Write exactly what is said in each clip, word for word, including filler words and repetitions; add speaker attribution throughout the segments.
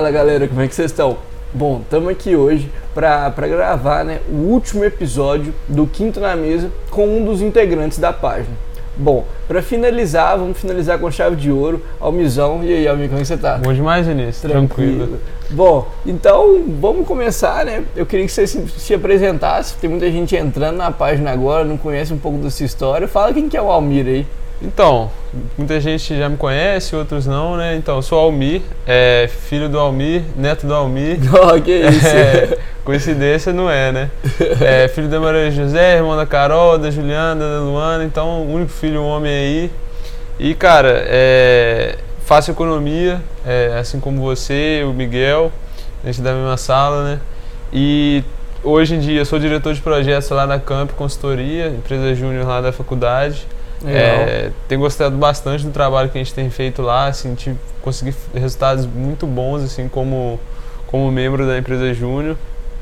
Speaker 1: Fala galera, como é que vocês estão? Bom, estamos aqui hoje para gravar, né, o último episódio do Quinto na Mesa com um dos integrantes da página. Bom, para finalizar, vamos finalizar com chave de ouro, Almizão. E aí, Almir, como é que você tá?
Speaker 2: Bom demais, Vinícius. Tranquilo. Tranquilo.
Speaker 1: Bom, então vamos começar, né? Eu queria que você se, se apresentasse. Tem muita gente entrando na página agora, não conhece um pouco da sua história. Fala quem que é o Almir aí.
Speaker 2: Então, muita gente já me conhece, outros não, né? Então, eu sou Almir, é, filho do Almir, neto do Almir.
Speaker 1: Oh, que isso.
Speaker 2: É, coincidência não é, né? É, filho da Maria José, irmão da Carol, da Juliana, da Luana, então, o único filho homem aí. E, cara, é, faço economia, é, assim como você, o Miguel, a gente é da mesma sala, né? E hoje em dia eu sou diretor de projetos lá na Camp Consultoria, empresa júnior lá da faculdade. É, tenho gostado bastante do trabalho que a gente tem feito lá, assim, tive, consegui resultados muito bons, assim, como, como membro da empresa júnior.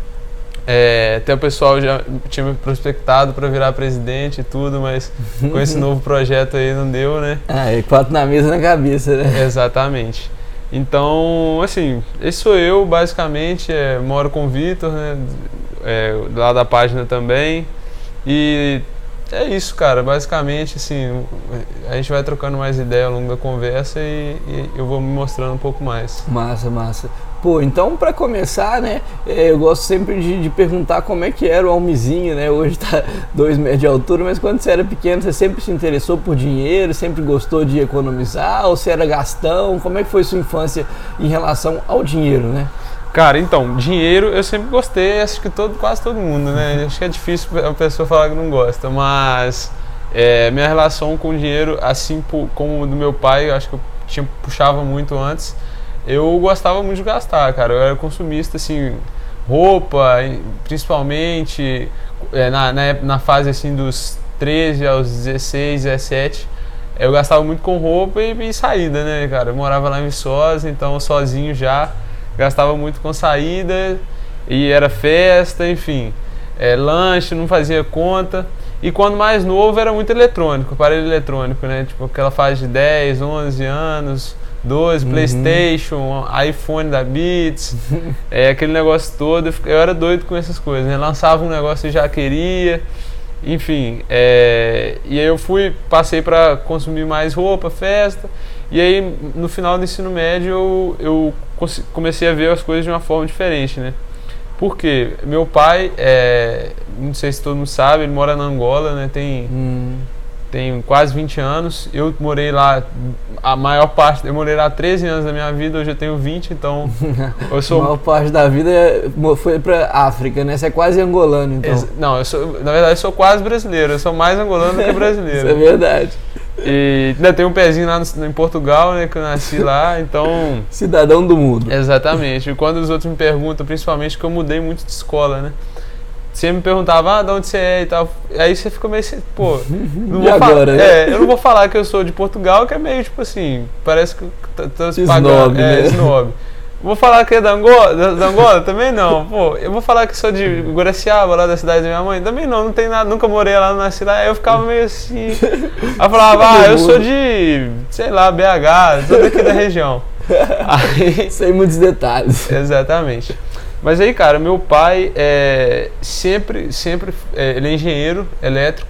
Speaker 2: É, até o pessoal já tinha me prospectado para virar presidente e tudo, mas com esse novo projeto aí não deu, né?
Speaker 1: Ah, é quatro na mesa na cabeça, né?
Speaker 2: Exatamente. Então, assim, esse sou eu, basicamente, é, moro com o Vitor, né? É, lá da página também. E é isso, cara, basicamente, assim, a gente vai trocando mais ideia ao longo da conversa e, e eu vou me mostrando um pouco mais.
Speaker 1: Massa, massa. Pô, então pra começar, né, eu gosto sempre de, de perguntar como é que era o Almizinho, né, hoje tá dois metros de altura, mas quando você era pequeno, você sempre se interessou por dinheiro, sempre gostou de economizar, ou você era gastão? Como é que foi sua infância em relação ao dinheiro, né?
Speaker 2: Cara, então, dinheiro eu sempre gostei, acho que todo, quase todo mundo, né? Acho que é difícil a pessoa falar que não gosta, mas é, minha relação com o dinheiro, assim como do meu pai, eu acho que eu tinha, puxava muito antes, eu gostava muito de gastar, cara. Eu era consumista, assim, roupa, principalmente, é, na, na, na fase, assim, dos treze aos dezesseis, dezessete, eu gastava muito com roupa e, e saída, né, cara? Eu morava lá em Viçosa, então sozinho já. Gastava muito com saída, e era festa, enfim, é, lanche, não fazia conta. E quando mais novo era muito eletrônico, aparelho eletrônico, né? Tipo aquela fase de dez, onze anos, doze, uhum. PlayStation, iPhone da Beats, é, aquele negócio todo. Eu era doido com essas coisas, né? Lançava um negócio e já queria, enfim. É, e aí eu fui, passei para consumir mais roupa, festa. E aí, no final do ensino médio, eu, eu comecei a ver as coisas de uma forma diferente, né? Por quê? Meu pai, é, não sei se todo mundo sabe, ele mora na Angola, né? Tem, hum. tem quase vinte anos. Eu morei lá, a maior parte, eu morei lá treze anos da minha vida, hoje eu tenho vinte, então eu sou...
Speaker 1: A maior parte da vida foi pra África, né? Você é quase angolano, então.
Speaker 2: Ex- não, eu sou, na verdade eu sou quase brasileiro, eu sou mais angolano do que brasileiro.
Speaker 1: Isso é verdade.
Speaker 2: E ainda tem um pezinho lá no, em Portugal, né, que eu nasci lá, então...
Speaker 1: Cidadão do mundo.
Speaker 2: Exatamente. E quando os outros me perguntam, principalmente que eu mudei muito de escola, né? Você me perguntava, ah, de onde você é e tal. Aí você fica meio assim, pô... Não
Speaker 1: e
Speaker 2: vou
Speaker 1: agora,
Speaker 2: né?
Speaker 1: É,
Speaker 2: eu não vou falar que eu sou de Portugal, que é meio, tipo assim, parece que tô
Speaker 1: se
Speaker 2: pagando.
Speaker 1: Snob,
Speaker 2: é,
Speaker 1: né?
Speaker 2: snob. Vou falar que é da Angola, da, da Angola? Também não. Pô, eu vou falar que sou de Guaraciaba, lá da cidade da minha mãe? Também não, não tem nada, nunca morei lá, não nasci lá. Aí eu ficava meio assim. Aí eu falava, ah, eu sou de, sei lá, B H, sou daqui da região. Aí,
Speaker 1: sem muitos detalhes.
Speaker 2: Exatamente. Mas aí, cara, meu pai é, sempre, sempre, é, ele é engenheiro elétrico.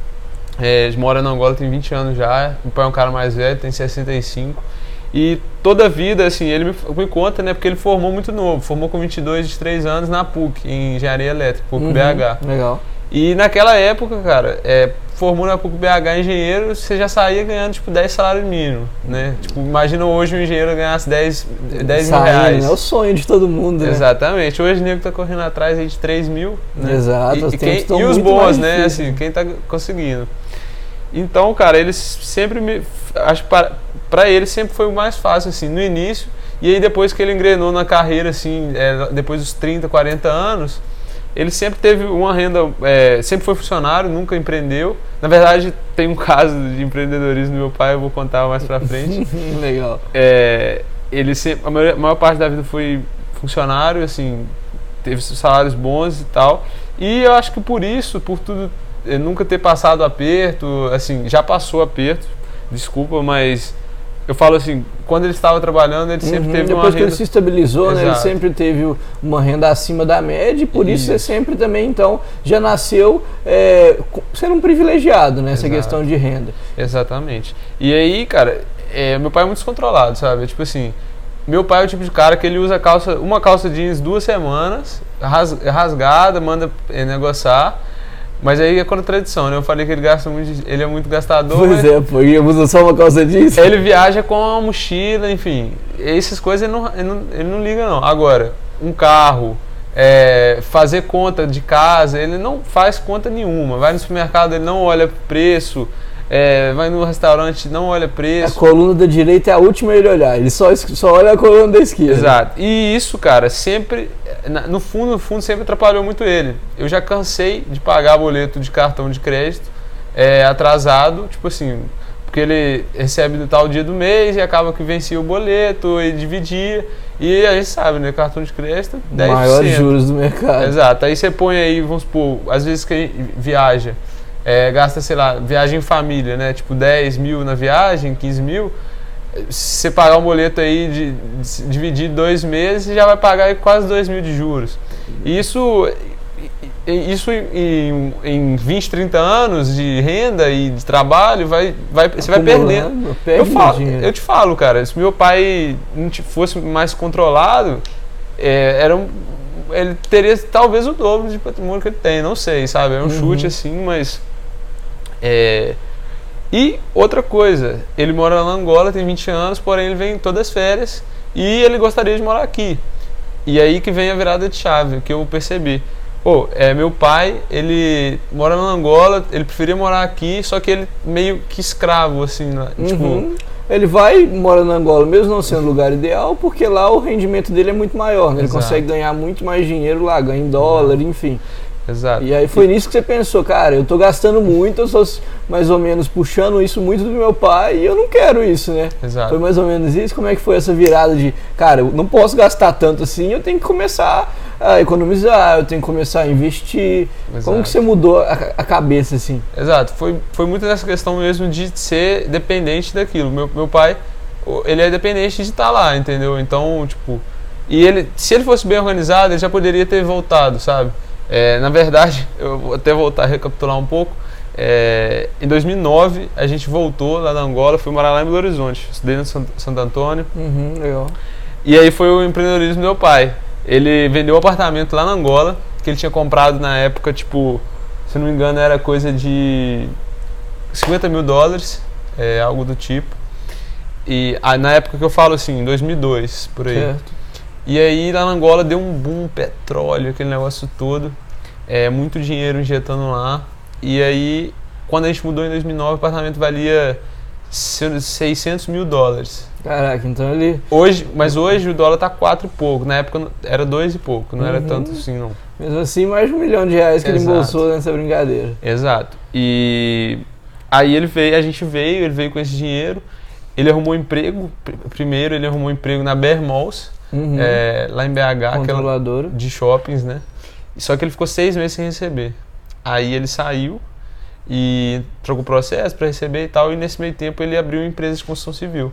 Speaker 2: É, ele mora na Angola, tem vinte anos já. Meu pai é um cara mais velho, tem sessenta e cinco. E toda a vida, assim, ele me, me conta, né, porque ele formou muito novo, formou com vinte e dois, vinte e três anos na P U C, em Engenharia Elétrica, P U C
Speaker 1: uhum,
Speaker 2: B H.
Speaker 1: Legal.
Speaker 2: E naquela época, cara, é, formou na P U C B H engenheiro, você já saía ganhando, tipo, dez salários mínimos, né? Tipo, imagina hoje um engenheiro ganhasse dez mil reais.
Speaker 1: É o sonho de todo mundo, né?
Speaker 2: Exatamente. Hoje o nego tá correndo atrás aí de três mil, né?
Speaker 1: Exato,
Speaker 2: e,
Speaker 1: os
Speaker 2: e,
Speaker 1: tempos
Speaker 2: quem, e os bons, né? Assim, quem tá conseguindo. Então, cara, eles sempre me... Acho que para, pra ele sempre foi o mais fácil, assim, no início. E aí depois que ele engrenou na carreira, assim, é, depois dos trinta, quarenta anos, ele sempre teve uma renda... É, sempre foi funcionário, nunca empreendeu. Na verdade, tem um caso de empreendedorismo do meu pai, eu vou contar mais pra frente.
Speaker 1: Legal.
Speaker 2: É, ele sempre, a maior, a maior parte da vida foi funcionário, assim, teve salários bons e tal. E eu acho que por isso, por tudo... nunca ter passado aperto, assim, já passou aperto, desculpa, mas eu falo assim, quando ele estava trabalhando, ele sempre
Speaker 1: uhum,
Speaker 2: teve uma
Speaker 1: depois que
Speaker 2: renda...
Speaker 1: ele se estabilizou, né, ele sempre teve uma renda acima da média e por isso, isso você sempre também, então, já nasceu é, sendo um privilegiado, né, essa Exato. Questão de renda.
Speaker 2: Exatamente. E aí, cara, é, meu pai é muito descontrolado, sabe? Tipo assim, meu pai é o tipo de cara que ele usa calça, uma calça jeans duas semanas, ras, rasgada, manda é, negociar. Mas aí é contradição, né? Eu falei que ele gasta muito, ele é muito gastador.
Speaker 1: Pois é, pô, ele usa só uma calça jeans.
Speaker 2: Ele viaja com a mochila, enfim. Essas coisas ele não, ele não, ele não liga, não. Agora, um carro, é, fazer conta de casa, ele não faz conta nenhuma. Vai no supermercado, ele não olha preço. É, vai no restaurante, não olha preço.
Speaker 1: A coluna da direita é a última a ele olhar, ele só, só olha a coluna da esquerda.
Speaker 2: Exato. E isso, cara, sempre, no fundo, no fundo, sempre atrapalhou muito ele. Eu já cansei de pagar boleto de cartão de crédito é, atrasado, tipo assim, porque ele recebe no tal dia do mês e acaba que vencia o boleto e dividia. E a gente sabe, né, cartão de crédito, dez por cento.
Speaker 1: Maiores juros do mercado.
Speaker 2: Exato. Aí você põe aí, vamos supor, às vezes que a gente viaja, É, gasta, sei lá, viagem em família, né? Tipo dez mil na viagem, quinze mil. Se você pagar um boleto aí, de, de dividir dois meses, você já vai pagar aí quase dois mil de juros. E isso, isso em, em vinte, trinta anos de renda e de trabalho, vai, vai, você vai perdendo. Eu, falo, eu te falo, cara, se meu pai não fosse mais controlado, é, era um, ele teria talvez o dobro de patrimônio que ele tem, não sei, sabe? É um uhum. chute assim, mas... É... E outra coisa, ele mora na Angola, tem vinte anos, porém ele vem todas as férias e ele gostaria de morar aqui. E aí que vem a virada de chave, que eu percebi. Pô, é, meu pai, ele mora na Angola, ele preferia morar aqui, só que ele meio que escravo, assim, né?
Speaker 1: Uhum.
Speaker 2: Tipo...
Speaker 1: Ele vai, mora na Angola, mesmo não sendo o lugar ideal, porque lá o rendimento dele é muito maior, né? Ele
Speaker 2: Exato.
Speaker 1: Consegue ganhar muito mais dinheiro lá, ganha em dólar, enfim.
Speaker 2: Exato.
Speaker 1: E aí foi nisso que você pensou, cara, eu tô gastando muito, eu sou mais ou menos puxando isso muito do meu pai e eu não quero isso, né?
Speaker 2: Exato.
Speaker 1: Foi mais ou menos isso? Como é que foi essa virada de, cara, eu não posso gastar tanto assim, eu tenho que começar a economizar, eu tenho que começar a investir. Exato. Como que você mudou a, a cabeça, assim?
Speaker 2: Exato, foi, foi muito nessa questão mesmo de ser dependente daquilo. Meu, meu pai, ele é dependente de estar lá, entendeu? Então, tipo, e ele, se ele fosse bem organizado, ele já poderia ter voltado, sabe? É, na verdade, eu vou até voltar a recapitular um pouco. É, em dois mil e nove, a gente voltou lá na Angola, fui morar lá em Belo Horizonte, estudei no Santo Antônio.
Speaker 1: Uhum, legal.
Speaker 2: E aí foi o empreendedorismo do meu pai. Ele vendeu um apartamento lá na Angola, que ele tinha comprado na época, tipo, se não me engano, era coisa de cinquenta mil dólares, é, algo do tipo. E ah, na época que eu falo assim, em dois mil e dois, por aí.
Speaker 1: Certo.
Speaker 2: E aí lá na Angola deu um boom, petróleo, aquele negócio todo, é, muito dinheiro injetando lá. E aí, quando a gente mudou em dois mil e nove, o apartamento valia seiscentos mil dólares.
Speaker 1: Caraca, então ele...
Speaker 2: Hoje, mas hoje o dólar tá quatro e pouco, na época era dois e pouco, não uhum. era tanto assim não.
Speaker 1: Mesmo assim, mais de um milhão de reais que Exato. Ele embolsou nessa brincadeira.
Speaker 2: Exato. E aí ele veio, a gente veio, ele veio com esse dinheiro, ele arrumou emprego, primeiro ele arrumou emprego na Bear Malls, uhum. é, lá em B H, aquela de shoppings, né? Só que ele ficou seis meses sem receber. Aí ele saiu e trocou o processo para receber e tal, e nesse meio tempo ele abriu uma empresa de construção civil.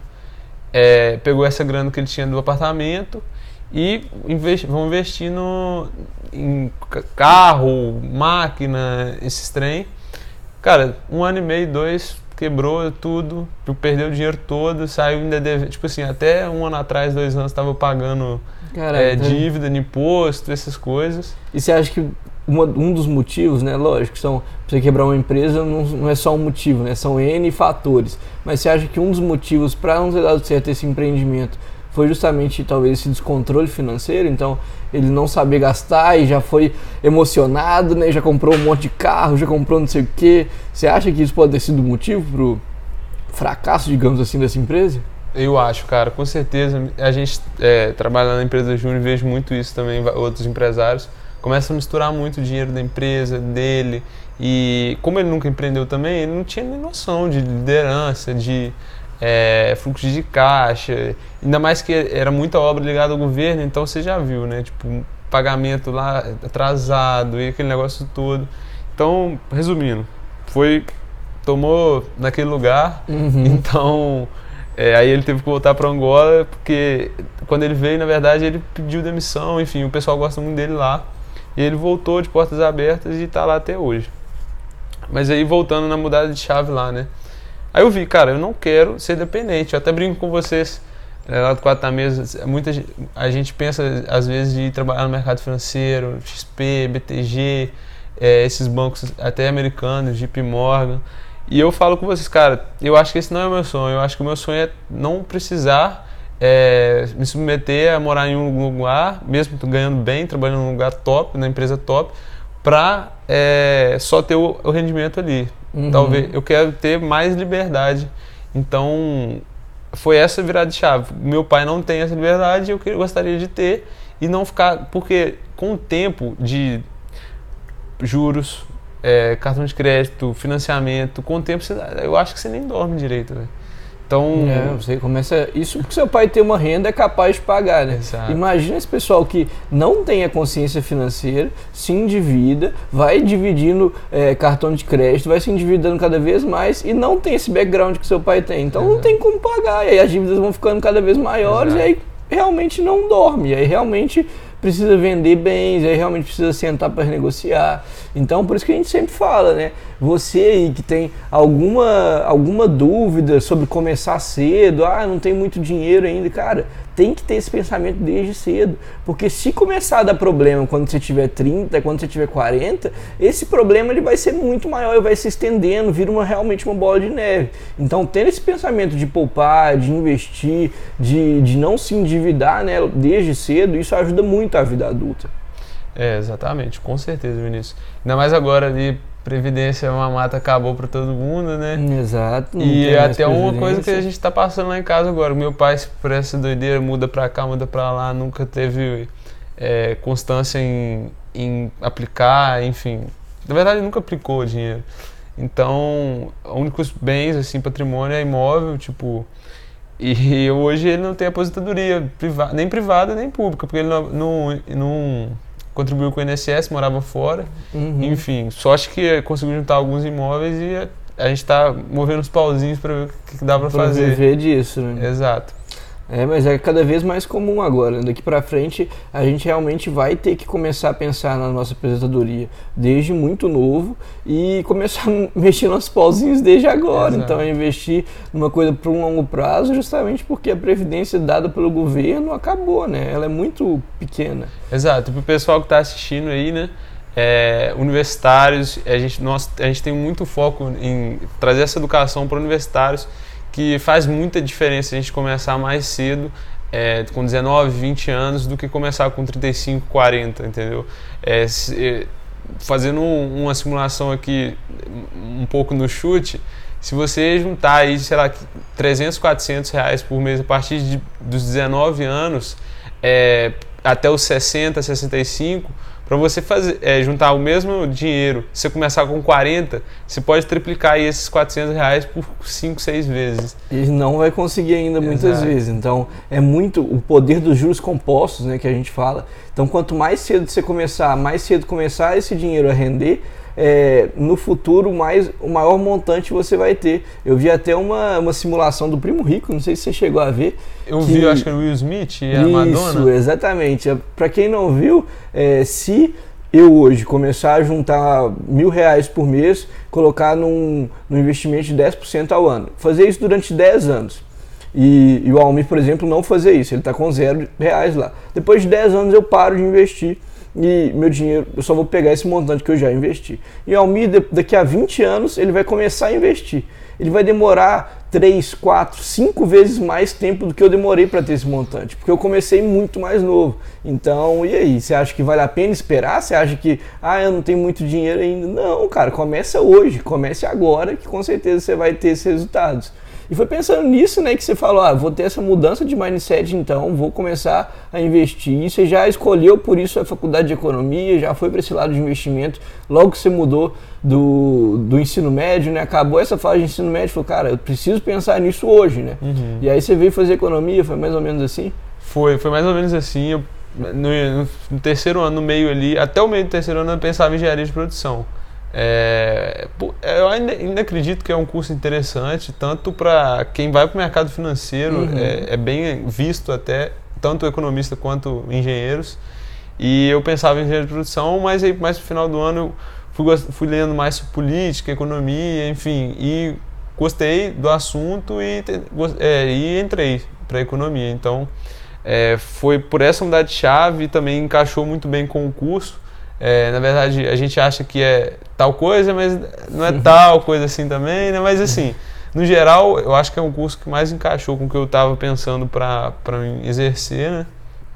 Speaker 2: É, pegou essa grana que ele tinha do apartamento e investi, vão investir no, em carro, máquina, esses trem. Cara, um ano e meio, dois, quebrou tudo, perdeu o dinheiro todo, saiu ainda devendo. Tipo assim, até um ano atrás, dois anos, estava pagando Caraca, é, dívida, de imposto, essas coisas.
Speaker 1: E você acha que uma, um dos motivos, né, lógico, são, pra você quebrar uma empresa não, não é só um motivo, né, são N fatores, mas você acha que um dos motivos para não ter dado certo esse empreendimento foi justamente talvez esse descontrole financeiro, então ele não saber gastar e já foi emocionado, né, já comprou um monte de carro, já comprou não sei o quê. Você acha que isso pode ter sido o motivo pro fracasso, digamos assim, dessa empresa?
Speaker 2: Eu acho, cara, com certeza. A gente é, trabalha na empresa Júnior e vejo muito isso também, outros empresários começam a misturar muito o dinheiro da empresa, dele, e como ele nunca empreendeu também, ele não tinha nem noção de liderança, de é, fluxo de caixa, ainda mais que era muita obra ligada ao governo, então você já viu, né, tipo, um pagamento lá atrasado e aquele negócio todo. Então, resumindo, foi, tomou naquele lugar, uhum. então É, aí ele teve que voltar para Angola, porque quando ele veio, na verdade, ele pediu demissão, enfim, o pessoal gosta muito dele lá. E ele voltou de portas abertas e está lá até hoje. Mas aí, voltando na mudada de chave lá, né? Aí eu vi, cara, eu não quero ser dependente. Eu até brinco com vocês, é, lá do Quatro da Mesa, muita, a gente pensa, às vezes, de ir trabalhar no mercado financeiro, X P, B T G, é, esses bancos até americanos, J P Morgan. E eu falo com vocês, cara, eu acho que esse não é o meu sonho. Eu acho que o meu sonho é não precisar é, me submeter a morar em um lugar, mesmo ganhando bem, trabalhando num lugar top, na empresa top, para é, só ter o, o rendimento ali. Uhum. Talvez eu quero ter mais liberdade. Então, foi essa virada de chave. Meu pai não tem essa liberdade, eu gostaria de ter e não ficar... Porque com o tempo de juros... É, cartão de crédito, financiamento, com o tempo você, eu acho que você nem dorme direito, véio. Então...
Speaker 1: É, você começa... Isso porque seu pai tem uma renda é capaz de pagar, né?
Speaker 2: Exato.
Speaker 1: Imagina esse pessoal que não tem a consciência financeira, se endivida, vai dividindo é, cartão de crédito, vai se endividando cada vez mais e não tem esse background que seu pai tem. Então Exato. Não tem como pagar, e aí as dívidas vão ficando cada vez maiores. Exato. E aí realmente não dorme, e aí realmente... precisa vender bens, aí realmente precisa sentar para negociar. Então, por isso que a gente sempre fala, né? Você aí que tem alguma, alguma dúvida sobre começar cedo, ah, não tem muito dinheiro ainda, cara, tem que ter esse pensamento desde cedo. Porque se começar a dar problema quando você tiver trinta, quando você tiver quarenta, esse problema ele vai ser muito maior e vai se estendendo, vira uma, realmente uma bola de neve. Então, tendo esse pensamento de poupar, de investir, de, de não se endividar, né, desde cedo, isso ajuda muito a vida adulta.
Speaker 2: É, exatamente, com certeza, Vinícius. Ainda mais agora ali, Previdência uma mata acabou para todo mundo, né?
Speaker 1: Exato.
Speaker 2: E até uma coisa que a gente tá passando lá em casa agora. O meu pai, por essa doideira, muda para cá, muda para lá, nunca teve é, constância em, em aplicar, enfim. Na verdade, nunca aplicou dinheiro. Então, os únicos bens, assim, patrimônio é imóvel, tipo... E hoje ele não tem aposentadoria privada, nem privada nem pública, porque ele não, não, não contribuiu com o I N S S, morava fora. Uhum. Enfim, só acho que conseguiu juntar alguns imóveis e a gente está movendo os pauzinhos para ver o que, que dá para fazer.
Speaker 1: Para viver disso, né?
Speaker 2: Exato.
Speaker 1: É, mas é cada vez mais comum agora. Daqui para frente, a gente realmente vai ter que começar a pensar na nossa aposentadoria desde muito novo e começar a mexer nos pauzinhos desde agora. Exato. Então, investir numa coisa para um longo prazo, justamente porque a previdência dada pelo governo acabou, né? Ela é muito pequena.
Speaker 2: Exato. Para o pessoal que está assistindo aí, né? É, universitários, a gente, nós, a gente tem muito foco em trazer essa educação para universitários, que faz muita diferença a gente começar mais cedo, é, com dezenove, vinte anos, do que começar com trinta e cinco, quarenta, entendeu? É, se, fazendo um, uma simulação aqui, um pouco no chute, se você juntar aí, sei lá, trezentos, quatrocentos reais por mês a partir de, dos dezenove anos, é, até os sessenta, sessenta e cinco, para você fazer, é, juntar o mesmo dinheiro, você começar com quarenta, você pode triplicar aí esses quatrocentos reais por cinco, seis vezes.
Speaker 1: E não vai conseguir ainda muitas
Speaker 2: Exato.
Speaker 1: vezes. Então, é muito o poder dos juros compostos, né, que a gente fala. Então, quanto mais cedo você começar, mais cedo começar esse dinheiro a render, é, no futuro mais, o maior montante você vai ter. Eu vi até uma, uma simulação do Primo Rico, não sei se você chegou a ver.
Speaker 2: Eu
Speaker 1: que...
Speaker 2: vi, eu acho que era o Will Smith e a
Speaker 1: Isso,
Speaker 2: Madonna.
Speaker 1: Isso, exatamente. Para quem não viu, é, se eu hoje começar a juntar mil reais por mês, colocar num, num investimento de dez por cento ao ano, fazer isso durante dez anos. E, e o Almir, por exemplo, não fazer isso, ele está com zero reais lá. Depois de dez anos eu paro de investir e meu dinheiro, eu só vou pegar esse montante que eu já investi. E o Almir, daqui a vinte anos, ele vai começar a investir. Ele vai demorar três, quatro, cinco vezes mais tempo do que eu demorei para ter esse montante, porque eu comecei muito mais novo. Então, e aí? Você acha que vale a pena esperar? Você acha que, ah, eu não tenho muito dinheiro ainda? Não, cara, começa hoje, comece agora, que com certeza você vai ter esses resultados. E foi pensando nisso, né, que você falou, ah, vou ter essa mudança de mindset, então vou começar a investir. E você já escolheu por isso a faculdade de economia, já foi para esse lado de investimento, logo que você mudou do, do ensino médio, né, acabou essa fase de ensino médio, falou, cara, eu preciso pensar nisso hoje, né. Uhum. E aí você veio fazer economia, foi mais ou menos assim?
Speaker 2: Foi, foi mais ou menos assim. Eu, no, no terceiro ano, no meio ali, até o meio do terceiro ano eu pensava em engenharia de produção. É, eu ainda, ainda acredito que é um curso interessante, tanto para quem vai para o mercado financeiro, uhum. é, é bem visto até, tanto economista quanto engenheiros. E eu pensava em engenharia de produção, mas aí mais no final do ano eu fui, fui lendo mais sobre política, economia, enfim, e gostei do assunto e, é, e entrei para economia. Então, é, foi por essa mudada de chave e também encaixou muito bem com o curso. É, na verdade, a gente acha que é tal coisa, mas não é tal coisa assim também, né? Mas assim, no geral, eu acho que é um curso que mais encaixou com o que eu estava pensando para exercer, né?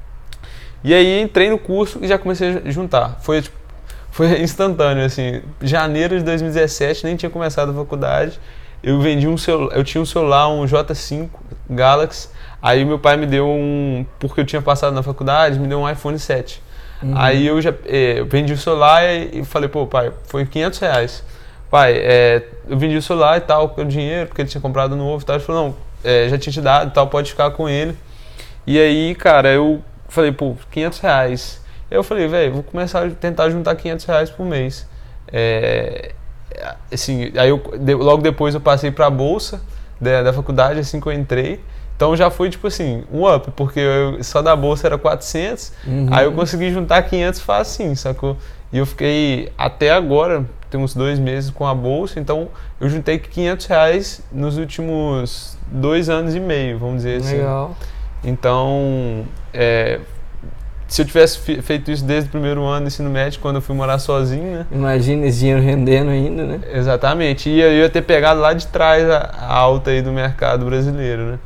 Speaker 2: E aí entrei no curso e já comecei a juntar. Foi, tipo, foi instantâneo, assim. Janeiro de dois mil e dezessete, nem tinha começado a faculdade. Eu vendi um celular, eu tinha um celular, um J cinco Galaxy. Aí meu pai me deu um, porque eu tinha passado na faculdade, me deu um iPhone sete. Uhum. Aí eu já é, eu vendi o celular e, e falei, pô, pai, foi quinhentos reais. Pai, é, eu vendi o celular e tal, com o dinheiro, porque ele tinha comprado novo e tal. Ele falou, não, é, já tinha te dado e tal, pode ficar com ele. E aí, cara, eu falei, pô, quinhentos reais. Eu falei, velho, vou começar a tentar juntar quinhentos reais por mês. É, assim, aí eu, logo depois eu passei pra bolsa da, da faculdade, assim que eu entrei. Então já foi tipo assim, um up, porque eu, só da bolsa era quatrocentos, uhum. Aí eu consegui juntar quinhentos facinho, sacou? E eu fiquei até agora, tem uns dois meses com a bolsa, então eu juntei quinhentos reais nos últimos dois anos e meio, vamos dizer assim.
Speaker 1: Legal.
Speaker 2: Então, é, se eu tivesse feito isso desde o primeiro ano do ensino médio, quando eu fui morar sozinho, né?
Speaker 1: Imagina esse dinheiro rendendo ainda, né?
Speaker 2: Exatamente, e eu ia ter pegado lá de trás a, a alta aí do mercado brasileiro, né?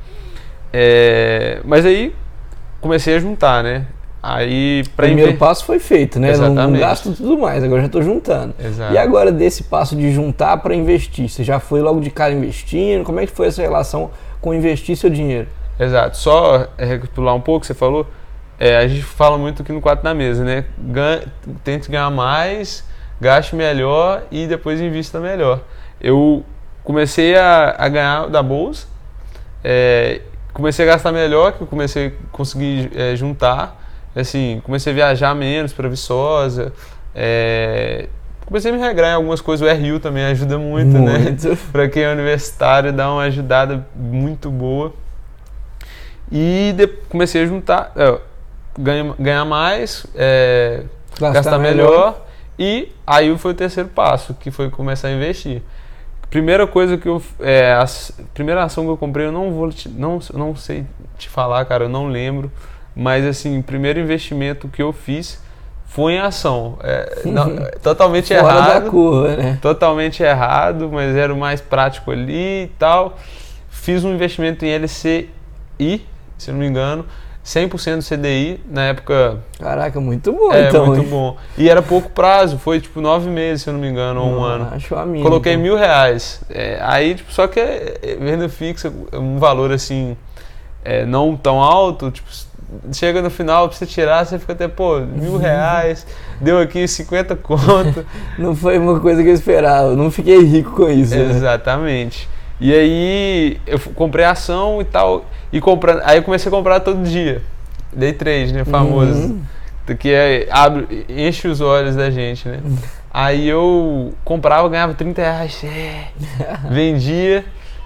Speaker 2: É, mas aí comecei a juntar, né? Aí
Speaker 1: o primeiro inver... passo foi feito, né?
Speaker 2: Exatamente.
Speaker 1: Não, não gasto tudo mais, agora já estou juntando.
Speaker 2: Exato.
Speaker 1: E agora desse passo de juntar para investir, você já foi logo de cara investindo? Como é que foi essa relação com investir seu dinheiro?
Speaker 2: Exato. Só recapitular um pouco, você falou, é, a gente fala muito aqui no Quatro na Mesa, né? Ganha, tente ganhar mais, gaste melhor e depois invista melhor. Eu comecei a, a ganhar da bolsa, é, comecei a gastar melhor, que eu comecei a conseguir é, juntar, assim, comecei a viajar menos para Viçosa, é, comecei a me regrar em algumas coisas, o R U também ajuda muito, muito. né? Para quem é universitário, dá uma ajudada muito boa. E de, comecei a juntar, é, ganha, ganhar mais, é, gastar, gastar melhor. melhor, e aí foi o terceiro passo, que foi começar a investir. Primeira coisa que eu, é, a primeira ação que eu comprei, eu não vou, te, não, não sei te falar, cara, eu não lembro, mas assim, o primeiro investimento que eu fiz foi em ação, é, não, totalmente
Speaker 1: Fora
Speaker 2: errado,
Speaker 1: da curva, né?
Speaker 2: Totalmente errado, mas era o mais prático ali e tal. Fiz um investimento em L C I, se não me engano, cem por cento C D I, na época...
Speaker 1: Caraca, muito bom,
Speaker 2: é,
Speaker 1: então.
Speaker 2: É, muito bom. E era pouco prazo, foi tipo nove meses, se eu não me engano, ou um ano.
Speaker 1: Acho a minha,
Speaker 2: Coloquei
Speaker 1: então.
Speaker 2: mil reais. É, aí, tipo, só que é, venda fixa, um valor assim, é, não tão alto, tipo, chega no final, pra você tirar, você fica até, pô, mil reais, deu aqui cinquenta conto.
Speaker 1: Não foi uma coisa que eu esperava, não fiquei rico com isso.
Speaker 2: Exatamente. Né? E aí eu comprei ação e tal, e comprando, aí eu comecei a comprar todo dia. Day trade, né, famoso. Uhum. Que é, abre, enche os olhos da gente, né? Uhum. Aí eu comprava, ganhava trinta reais, é, vendia,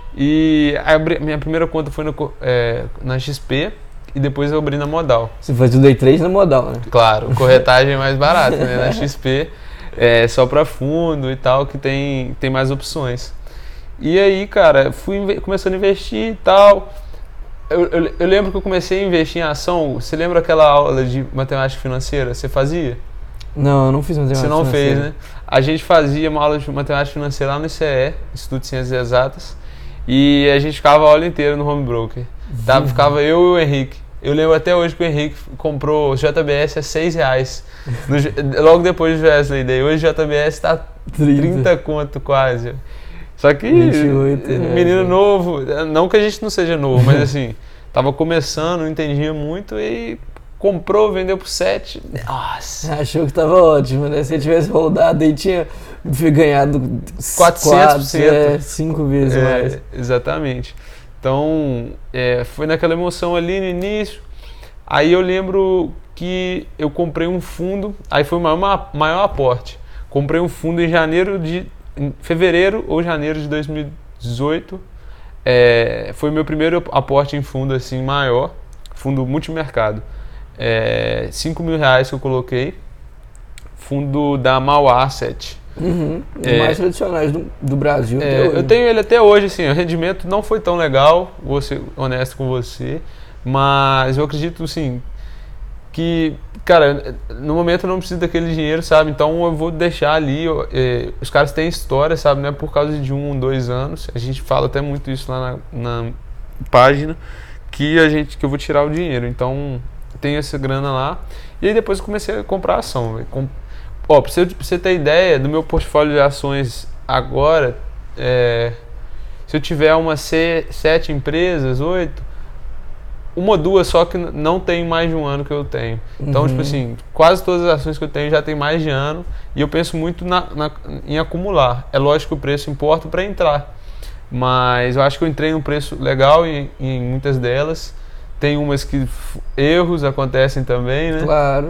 Speaker 2: e a minha primeira conta foi no, é, na X P, e depois eu abri na Modal.
Speaker 1: Você faz o day trade na Modal, né?
Speaker 2: Claro, corretagem é mais barata, né? Na X P é só para fundo e tal, que tem, tem mais opções. E aí, cara, fui começando a investir e tal. Eu, eu, eu lembro que eu comecei a investir em ação. Você lembra aquela aula de matemática financeira? Você fazia?
Speaker 1: Não, eu não fiz matemática
Speaker 2: financeira. Você não
Speaker 1: financeira.
Speaker 2: fez, né? A gente fazia uma aula de matemática financeira lá no I C E, Instituto de Ciências Exatas. E a gente ficava a aula inteira no home broker. Tá? Ficava eu e o Henrique. Eu lembro até hoje que o Henrique comprou J B S a seis reais. No, logo depois do Wesley Day. Hoje o J B S tá trinta conto quase. Só que vinte e oito, menino é, novo, não que a gente não seja novo, mas assim, tava começando, não entendia muito e comprou, vendeu por sete. Nossa.
Speaker 1: Achou que tava ótimo, né? Se ele tivesse rodado aí tinha ganhado
Speaker 2: quatrocentos por cento.
Speaker 1: quatro, é, cinco vezes
Speaker 2: é,
Speaker 1: mais.
Speaker 2: Exatamente. Então, é, foi naquela emoção ali no início. Aí eu lembro que eu comprei um fundo, aí foi o maior, maior aporte. comprei um fundo em janeiro de em fevereiro ou janeiro de dois mil e dezoito. É, foi meu primeiro aporte em fundo assim maior, fundo multimercado. É, cinco mil reais que eu coloquei, fundo da Mal Asset.
Speaker 1: Uhum, os
Speaker 2: É,
Speaker 1: mais tradicionais do, do Brasil.
Speaker 2: É,
Speaker 1: até hoje.
Speaker 2: eu tenho ele até hoje, assim, o rendimento não foi tão legal, vou ser honesto com você, mas eu acredito, assim, que, cara, no momento eu não preciso daquele dinheiro, sabe? Então eu vou deixar ali, eu, é, os caras têm história, sabe? Não é por causa de um, dois anos, a gente fala até muito isso lá na, na página, que a gente, que eu vou tirar o dinheiro, então tem essa grana lá, e aí depois eu comecei a comprar ação, véio. Com, ó, pra você, pra você ter ideia do meu portfólio de ações agora, é, se eu tiver umas se- sete empresas, oito, uma ou duas só que n- não tem mais de um ano que eu tenho. Então,
Speaker 1: Uhum.
Speaker 2: tipo assim, quase todas as ações que eu tenho já tem mais de ano e eu penso muito na, na- em acumular. É lógico que o preço importa para entrar, mas eu acho que eu entrei num preço legal em, em muitas delas. Tem umas que f- erros acontecem também, né?
Speaker 1: Claro.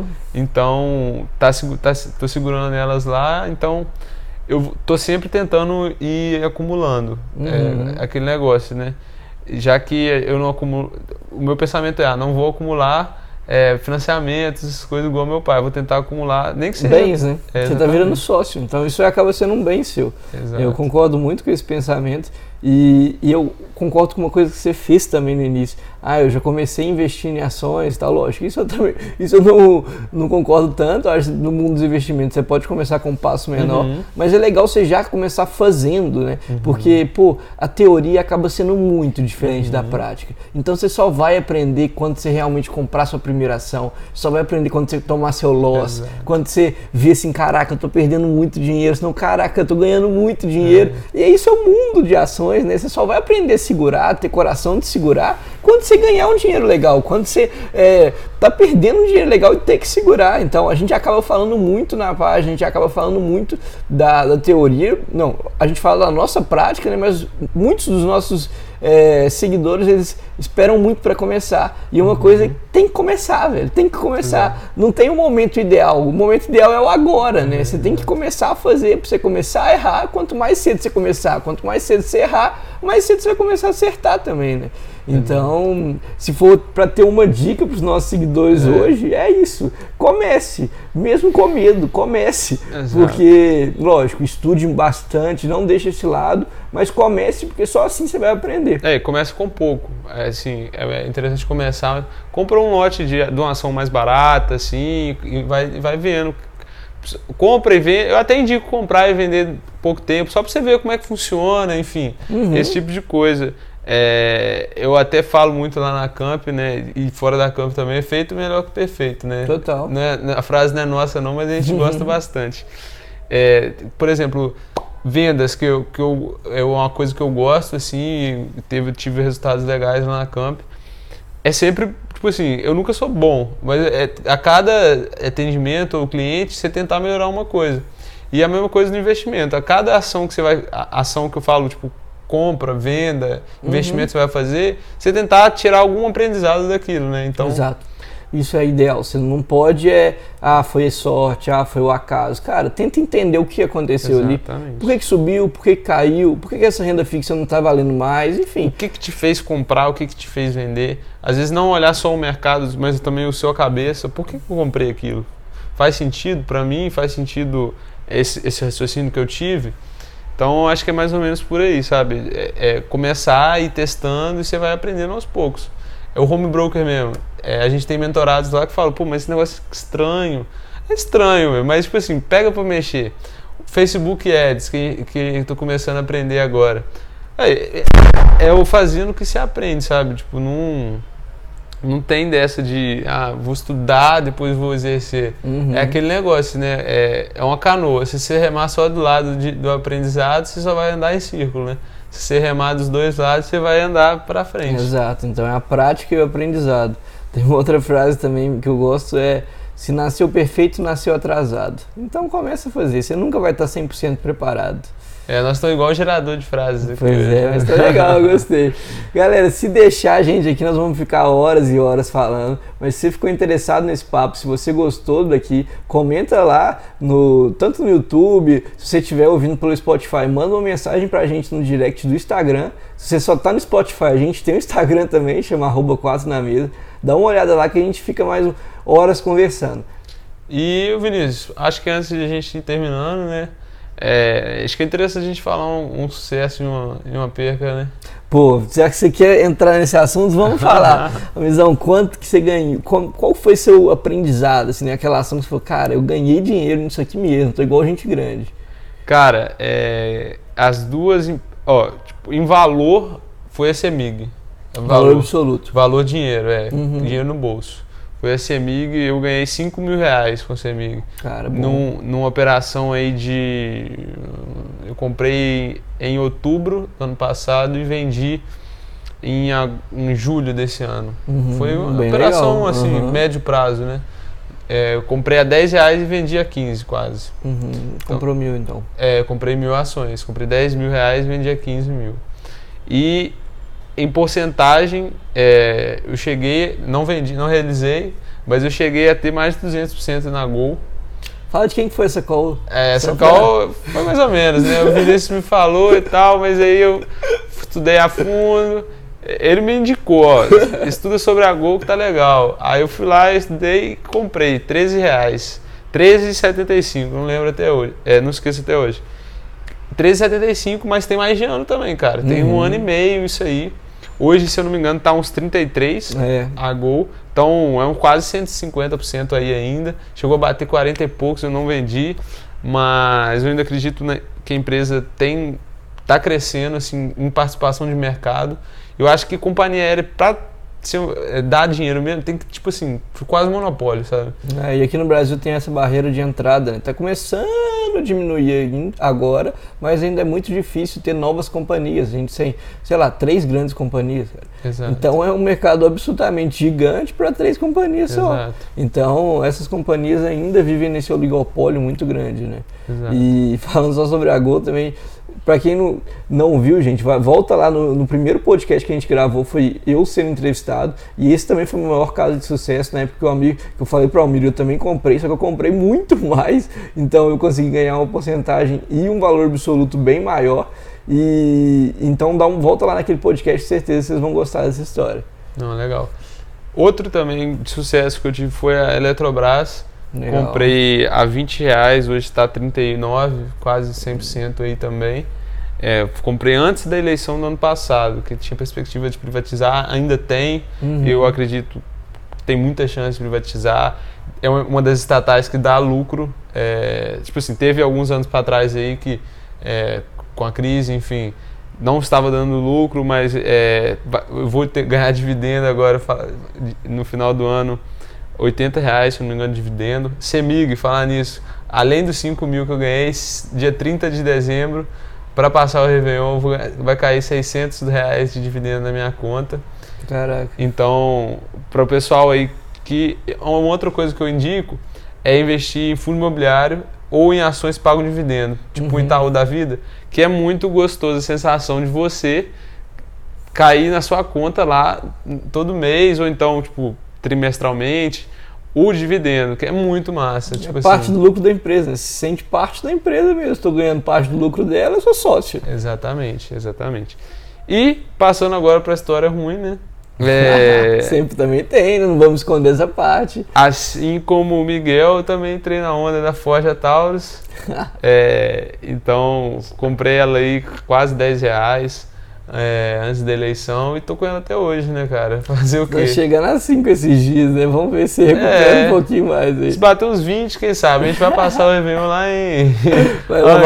Speaker 2: Então, tá, segu- tá, tô segurando elas lá, então eu tô sempre tentando ir acumulando.
Speaker 1: Uhum.
Speaker 2: É, aquele negócio, né? Já que eu não acumulo. O meu pensamento é, ah, não vou acumular é, financiamentos, essas coisas igual meu pai. Eu vou tentar acumular, nem que seja.
Speaker 1: Bens, né?
Speaker 2: É,
Speaker 1: Você tá virando
Speaker 2: exatamente.
Speaker 1: sócio, então isso acaba sendo um bem seu.
Speaker 2: Exato.
Speaker 1: Eu concordo muito com esse pensamento e, e eu concordo com uma coisa que você fez também no início. Ah, eu já comecei a investir em ações e tal, lógico. Isso eu também, isso eu não, não concordo tanto. Acho que no mundo dos investimentos você pode começar com um passo menor,
Speaker 2: Uhum.
Speaker 1: mas é legal você já começar fazendo, né?
Speaker 2: Uhum.
Speaker 1: Porque, pô, a teoria acaba sendo muito diferente da
Speaker 2: Uhum.
Speaker 1: prática. Então você só vai aprender quando você realmente comprar sua primeira ação, só vai aprender quando você tomar seu loss,
Speaker 2: Exato.
Speaker 1: quando você vê assim, caraca, eu tô perdendo muito dinheiro, senão, caraca, eu tô ganhando muito dinheiro. E aí isso é o mundo de ações, né? Você só vai aprender a segurar, ter coração de segurar, quando você ganhar um dinheiro legal, quando você é, tá perdendo um dinheiro legal e ter que segurar. Então a gente acaba falando muito na página, a gente acaba falando muito da, da teoria, não, a gente fala da nossa prática, né? Mas muitos dos nossos é, seguidores, eles esperam muito para começar. E uma coisa que tem que começar, velho, tem que começar. Não tem um momento ideal, o momento ideal é o agora, né? Você tem que começar a fazer, para você começar a errar. Quanto mais cedo você começar, quanto mais cedo você errar, mais cedo você vai começar a acertar também, né? Então, se for para ter uma dica para os nossos seguidores
Speaker 2: É.
Speaker 1: hoje, é isso. Comece, mesmo com medo, comece.
Speaker 2: Exato.
Speaker 1: Porque, lógico, estude bastante, não deixe esse lado, mas comece, porque só assim você vai aprender.
Speaker 2: É, começa com pouco. É, assim, é interessante começar. Compra um lote de, de uma ação mais barata, assim, e vai, vai vendo. Compra e vende. Eu até indico comprar e vender pouco tempo, só para você ver como é que funciona, enfim,
Speaker 1: Uhum.
Speaker 2: esse tipo de coisa. É, eu até falo muito lá na Camp, né? E fora da Camp também, é feito melhor que perfeito, né?
Speaker 1: Total.
Speaker 2: Não é- a frase não é nossa não, mas a gente gosta bastante. É, por exemplo, vendas, que, eu, que eu, é uma coisa que eu gosto, assim, teve, tive resultados legais lá na Camp. É sempre, tipo assim, eu nunca sou bom, mas é, a cada atendimento ou cliente, você tentar melhorar uma coisa. E a mesma coisa no investimento. A cada ação que você vai, a ação que eu falo, tipo, compra, venda, investimento que você vai fazer, você tentar tirar algum aprendizado daquilo, né? Então,
Speaker 1: Exato. Isso é ideal. Você não pode é, ah, foi sorte, ah, foi o acaso. Cara, tenta entender o que aconteceu ali.
Speaker 2: Exatamente.
Speaker 1: Por que, que subiu, por que, que caiu, por que, que essa renda fixa não está valendo mais,
Speaker 2: o
Speaker 1: enfim.
Speaker 2: que que te fez comprar, o que que te fez vender? Às vezes não olhar só o mercado, mas também o seu cabeça. Por que que eu comprei aquilo? Faz sentido para mim? Faz sentido esse, esse raciocínio que eu tive? Então, eu acho que é mais ou menos por aí, sabe? É, é começar a ir testando e você vai aprendendo aos poucos. É o home broker mesmo. É, a gente tem mentorados lá que falam, pô, mas esse negócio é estranho. É estranho, meu, mas tipo assim, pega pra mexer. Facebook Ads, que, que eu tô começando a aprender agora. É, é, é o fazendo que se aprende, sabe? Tipo, não, não tem dessa de, ah, vou estudar, depois vou exercer.
Speaker 1: Uhum.
Speaker 2: É aquele negócio, né? É, é uma canoa. Se você remar só do lado de, do aprendizado, você só vai andar em círculo, né? Se você remar dos dois lados, você vai andar pra frente.
Speaker 1: Exato, então é a prática e o aprendizado. Tem uma outra frase também que eu gosto, é se nasceu perfeito, nasceu atrasado. Então começa a fazer, você nunca vai estar cem por cento preparado.
Speaker 2: É, nós estamos igual gerador de frases aqui.
Speaker 1: Pois é, mas tá legal, eu gostei. Galera, se deixar a gente aqui, nós vamos ficar horas e horas falando, mas se você ficou interessado nesse papo, se você gostou daqui, comenta lá, no, tanto no YouTube, se você estiver ouvindo pelo Spotify, manda uma mensagem pra gente no direct do Instagram. Se você só tá no Spotify, a gente tem o Instagram também, chama arroba quatro na mesa. Dá uma olhada lá que a gente fica mais horas conversando.
Speaker 2: E, Vinícius, acho que antes de a gente ir terminando, né? É, acho que é interessante a gente falar um, um sucesso e uma, e uma perca, né?
Speaker 1: Pô, já que você quer entrar nesse assunto, vamos falar. Amizão, quanto que você ganhou? Qual, qual foi seu aprendizado, assim, né? Aquela ação que você falou, cara, eu ganhei dinheiro nisso aqui mesmo, tô igual gente grande.
Speaker 2: Cara, é, as duas, ó, tipo, em valor, foi a CEMIG.
Speaker 1: Valor, valor absoluto.
Speaker 2: Valor dinheiro, é,
Speaker 1: uhum.
Speaker 2: dinheiro no bolso. Foi a CEMIG e eu ganhei cinco mil reais com a CEMIG.
Speaker 1: Cara, bom.
Speaker 2: Num, numa operação aí de... Eu comprei em outubro do ano passado e vendi em, em julho desse ano.
Speaker 1: Uhum,
Speaker 2: foi uma
Speaker 1: bem
Speaker 2: operação
Speaker 1: legal.
Speaker 2: assim,
Speaker 1: Uhum.
Speaker 2: médio prazo, né? É, eu comprei a dez reais e vendi a quinze quase.
Speaker 1: Uhum. Comprou então, mil então?
Speaker 2: É, eu comprei mil ações. Comprei dez mil reais e vendi a quinze mil. E... Em porcentagem, é, eu cheguei, não vendi, não realizei, mas eu cheguei a ter mais de duzentos por cento na Gol.
Speaker 1: Fala de quem que foi essa call.
Speaker 2: É, essa call foi mais ou menos, né? O Vinícius me falou e tal, mas aí eu estudei a fundo. Ele me indicou, ó, estuda sobre a Gol que tá legal. Aí eu fui lá, estudei e comprei treze reais. treze reais e setenta e cinco centavos, não lembro até hoje. É, não esqueço até hoje. treze reais e setenta e cinco centavos, mas tem mais de ano também, cara. Tem uhum. um ano e meio isso aí. Hoje, se eu não me engano, tá uns trinta e três
Speaker 1: é.
Speaker 2: a Gol. Então, é um quase cento e cinquenta por cento aí ainda. Chegou a bater quarenta e poucos, eu não vendi. Mas eu ainda acredito que a empresa tem, tá crescendo assim, em participação de mercado. Eu acho que companhia aérea, para dar dinheiro mesmo, tem que, tipo assim, quase monopólio, sabe?
Speaker 1: É, e aqui no Brasil tem essa barreira de entrada, né? Tá começando a diminuir agora, mas ainda é muito difícil ter novas companhias. A gente tem, sei lá, três grandes companhias, cara.
Speaker 2: Exato.
Speaker 1: Então é um mercado absolutamente gigante para três companhias só.
Speaker 2: Exato.
Speaker 1: Então essas companhias ainda vivem nesse oligopólio muito grande, né?
Speaker 2: Exato.
Speaker 1: E falando só sobre a Gol também, para quem não, não viu, gente, vai, volta lá no, no primeiro podcast que a gente gravou, foi eu sendo entrevistado, e esse também foi o maior caso de sucesso, na época que o amigo, que eu falei para o Almir, eu também comprei, só que eu comprei muito mais, então eu consegui ganhar uma porcentagem e um valor absoluto bem maior, e então dá um, volta lá naquele podcast, certeza vocês vão gostar dessa história.
Speaker 2: Não, legal. Outro também de sucesso que eu tive foi a Eletrobras.
Speaker 1: Legal.
Speaker 2: Comprei a vinte reais, hoje está trinta e nove, quase cem por cento aí também. É, comprei antes da eleição do ano passado, que tinha perspectiva de privatizar, ainda tem. Uhum. Eu acredito que tem muita chance de privatizar. É uma das estatais que dá lucro. É, tipo assim, teve alguns anos para trás aí que, é, com a crise, enfim, não estava dando lucro, mas é, eu vou ter, ganhar dividendo agora no final do ano. oitenta reais, se não me engano, de dividendo. CEMIG, falar nisso, além dos cinco mil que eu ganhei, dia trinta de dezembro, para passar o Réveillon, vou, vai cair seiscentos reais de dividendo na minha conta.
Speaker 1: Caraca.
Speaker 2: Então, para o pessoal aí, que uma outra coisa que eu indico é investir em fundo imobiliário ou em ações que pagam dividendo, tipo o uhum. Itaú da vida, que é muito gostoso a sensação de você cair na sua conta lá todo mês, ou então, tipo, trimestralmente, o dividendo, que é muito massa.
Speaker 1: É
Speaker 2: tipo
Speaker 1: parte
Speaker 2: assim.
Speaker 1: do lucro da empresa, né? Você se sente parte da empresa mesmo. Estou ganhando parte do lucro dela, eu sou sócio.
Speaker 2: Exatamente, exatamente. E passando agora para a história ruim, né? É...
Speaker 1: Sempre também tem, não vamos esconder essa parte.
Speaker 2: Assim como o Miguel, eu também entrei na onda da Forja Taurus. é, então, comprei ela aí quase dez reais. É, antes da eleição, e tô com ela até hoje, né, cara? Fazer o quê?
Speaker 1: Tô chegando a cinco esses dias, né? Vamos ver se recupera é, um pouquinho mais aí.
Speaker 2: Se bater uns vinte, quem sabe? A gente vai passar o Réveillon lá em...
Speaker 1: Vai lá,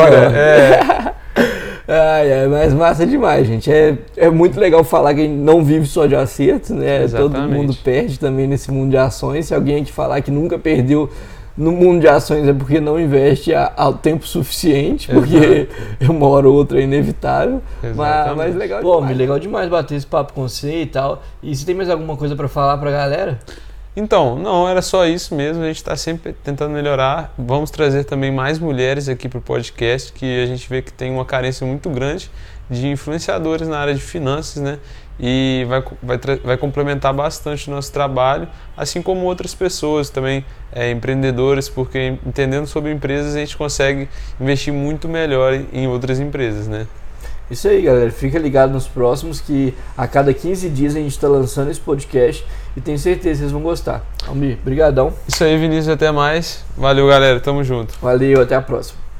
Speaker 1: é. Ai, ai, mas massa demais, gente. É, é muito legal falar que a gente não vive só de acertos, né?
Speaker 2: Exatamente.
Speaker 1: Todo mundo perde também nesse mundo de ações. Se alguém te falar que nunca perdeu no mundo de ações é porque não investe ao tempo suficiente, porque Exato. uma hora ou outra é inevitável. Mas, mas legal Pô,
Speaker 2: demais.
Speaker 1: Pô, legal demais bater esse papo com você e tal. E você tem mais alguma coisa pra falar pra galera?
Speaker 2: Então, não, era só isso mesmo, a gente está sempre tentando melhorar. Vamos trazer também mais mulheres aqui para o podcast, que a gente vê que tem uma carência muito grande de influenciadores na área de finanças, né? E vai, vai, vai complementar bastante o nosso trabalho, assim como outras pessoas também, é, empreendedores, porque entendendo sobre empresas a gente consegue investir muito melhor em outras empresas, né?
Speaker 1: Isso aí, galera. Fica ligado nos próximos, que a cada quinze dias a gente está lançando esse podcast e tenho certeza que vocês vão gostar. Almir, brigadão.
Speaker 2: Isso aí, Vinícius, até mais. Valeu, galera. Tamo junto.
Speaker 1: Valeu, até a próxima.